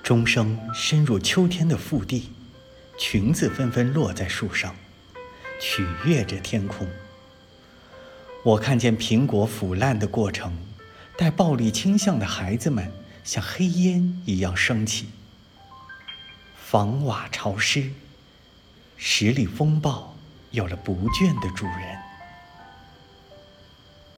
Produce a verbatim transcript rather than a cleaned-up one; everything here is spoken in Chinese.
钟声深入秋天的腹地，裙子纷纷落在树上，取悦着天空。我看见苹果腐烂的过程，带暴力倾向的孩子们像黑烟一样升起。房瓦潮湿，十里风暴有了不倦的主人。